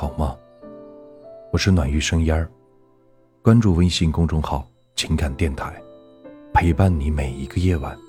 好吗？我是暖玉生烟儿，关注微信公众号情感电台，陪伴你每一个夜晚。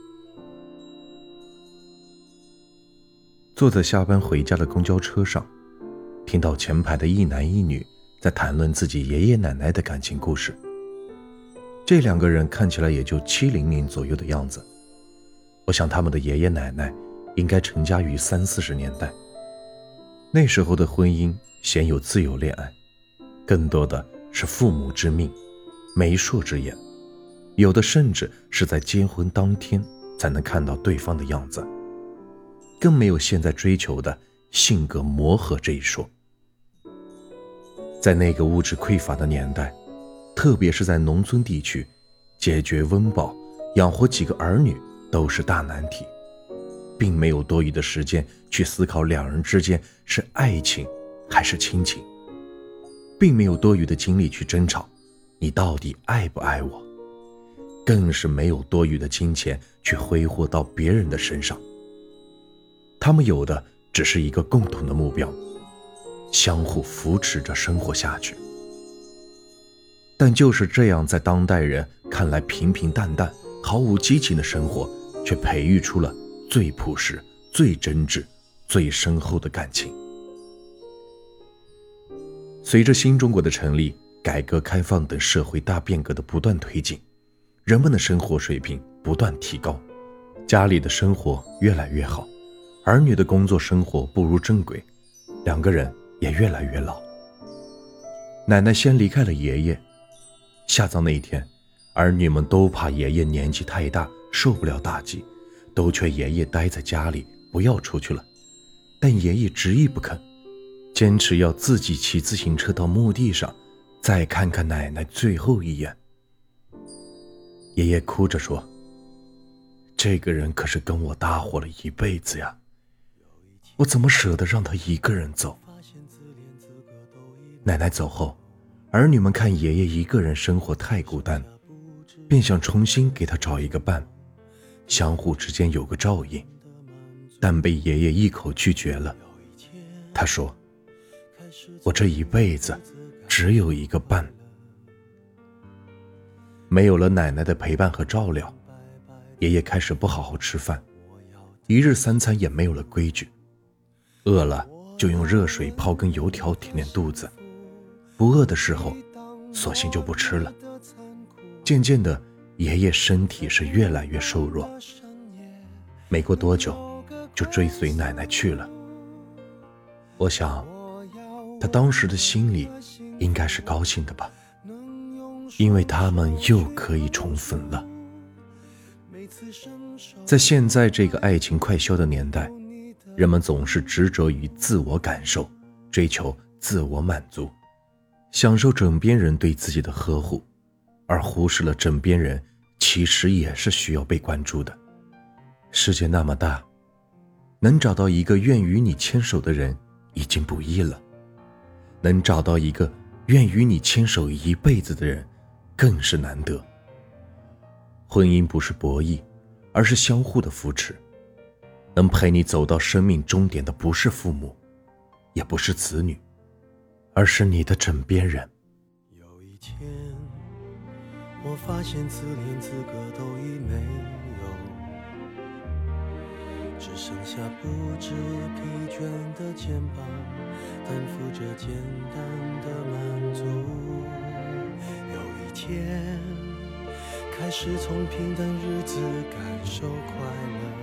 坐在下班回家的公交车上，听到前排的一男一女在谈论自己爷爷奶奶的感情故事。这两个人看起来也就70年左右的样子，我想他们的爷爷奶奶应该成家于30-40年代。那时候的婚姻鲜有自由恋爱，更多的是父母之命，媒妁之言，有的甚至是在结婚当天才能看到对方的样子，更没有现在追求的性格磨合这一说。在那个物质匮乏的年代，特别是在农村地区，解决温饱、养活几个儿女都是大难题，并没有多余的时间去思考两人之间是爱情还是亲情，并没有多余的精力去争吵你到底爱不爱我，更是没有多余的金钱去挥霍到别人的身上。他们有的只是一个共同的目标，相互扶持着生活下去。但就是这样在当代人看来平平淡淡毫无激情的生活，却培育出了最朴实、最真挚、最深厚的感情。随着新中国的成立、改革开放等社会大变革的不断推进，人们的生活水平不断提高，家里的生活越来越好，儿女的工作生活步入正轨，两个人也越来越老。奶奶先离开了爷爷，下葬那一天，儿女们都怕爷爷年纪太大受不了打击，都劝爷爷待在家里不要出去了，但爷爷执意不肯，坚持要自己骑自行车到墓地上再看看奶奶最后一眼。爷爷哭着说，这个人可是跟我搭伙了一辈子呀，我怎么舍得让他一个人走。奶奶走后，儿女们看爷爷一个人生活太孤单，便想重新给他找一个伴，相互之间有个照应，但被爷爷一口拒绝了。他说，我这一辈子只有一个伴。没有了奶奶的陪伴和照料，爷爷开始不好好吃饭，一日三餐也没有了规矩，饿了就用热水泡根油条填填肚子，不饿的时候索性就不吃了。渐渐的，爷爷身体是越来越瘦弱，没过多久就追随奶奶去了。我想他当时的心里应该是高兴的吧，因为他们又可以重逢了。在现在这个爱情快消的年代，人们总是执着于自我感受，追求自我满足，享受枕边人对自己的呵护，而忽视了枕边人其实也是需要被关注的。世界那么大，能找到一个愿与你牵手的人已经不易了，能找到一个愿与你牵手一辈子的人更是难得。婚姻不是博弈，而是相互的扶持。能陪你走到生命终点的不是父母，也不是子女，而是你的枕边人。 有一天我发现自怜资格都已没有，只剩下不知疲倦的肩膀，担负着简单的满足。有一天开始从平淡日子感受快乐，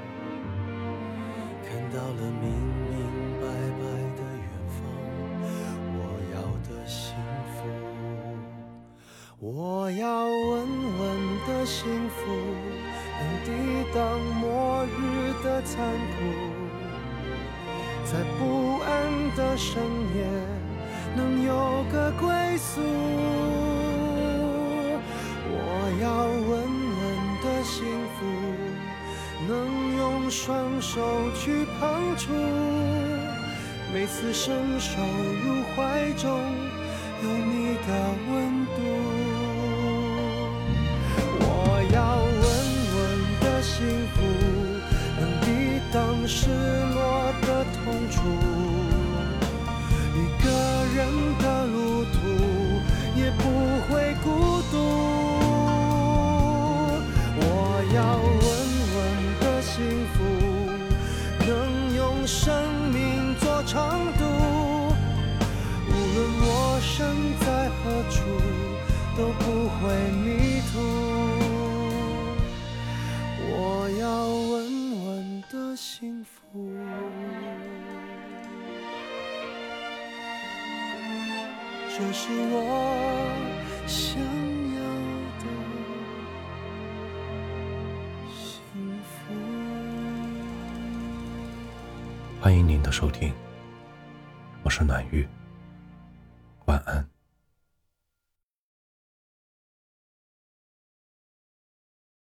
看到了明明白白的远方，我要的幸福，我要稳稳的幸福，能抵挡末日的残酷，在不安的深夜能有个归宿。我要稳稳的幸福，能用双手去碰触，每次伸手入怀中有你的温度。我要稳稳的幸福，能抵挡失落的痛楚，一个都不会迷途。我要稳稳的幸福，这是我想要的幸福。 欢迎您的收听，我是暖玉。